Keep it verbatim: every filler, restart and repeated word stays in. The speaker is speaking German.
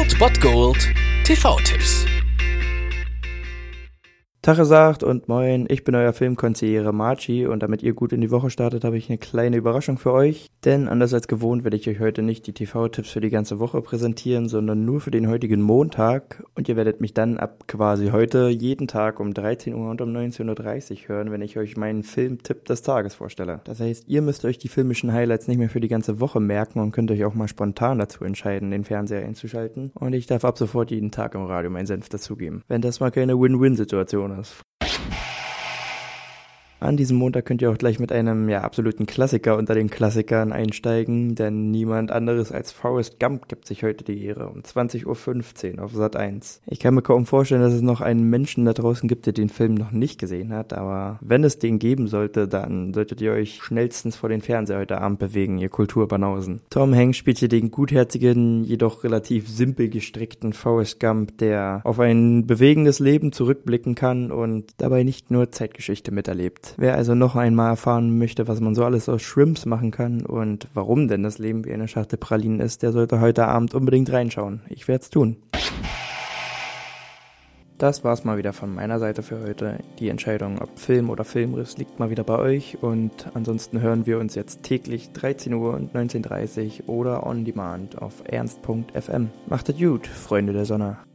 Old Bot Gold T V-Tipps. Tag gesagt und moin, ich bin euer Filmkonsigliere Marci und damit ihr gut in die Woche startet, habe ich eine kleine Überraschung für euch. Denn anders als gewohnt werde ich euch heute nicht die T V-Tipps für die ganze Woche präsentieren, sondern nur für den heutigen Montag. Und ihr werdet mich dann ab quasi heute jeden Tag um dreizehn Uhr und um neunzehn Uhr dreißig hören, wenn ich euch meinen Filmtipp des Tages vorstelle. Das heißt, ihr müsst euch die filmischen Highlights nicht mehr für die ganze Woche merken und könnt euch auch mal spontan dazu entscheiden, den Fernseher einzuschalten. Und ich darf ab sofort jeden Tag im Radio meinen Senf dazugeben. Wenn das mal keine Win-Win-Situation ist. An diesem Montag könnt ihr auch gleich mit einem ja absoluten Klassiker unter den Klassikern einsteigen, denn niemand anderes als Forrest Gump gibt sich heute die Ehre um zwanzig Uhr fünfzehn auf Sat eins. Ich kann mir kaum vorstellen, dass es noch einen Menschen da draußen gibt, der den Film noch nicht gesehen hat, aber wenn es den geben sollte, dann solltet ihr euch schnellstens vor den Fernseher heute Abend bewegen, ihr Kulturbanausen. Tom Hanks spielt hier den gutherzigen, jedoch relativ simpel gestrickten Forrest Gump, der auf ein bewegendes Leben zurückblicken kann und dabei nicht nur Zeitgeschichte miterlebt. Wer also noch einmal erfahren möchte, was man so alles aus Shrimps machen kann und warum denn das Leben wie eine Schachtel Pralinen ist, der sollte heute Abend unbedingt reinschauen. Ich werde es tun. Das war's mal wieder von meiner Seite für heute. Die Entscheidung, ob Film oder Filmriss, liegt mal wieder bei euch und ansonsten hören wir uns jetzt täglich dreizehn Uhr und neunzehn Uhr dreißig oder on demand auf ernst punkt f m. Macht es gut, Freunde der Sonne.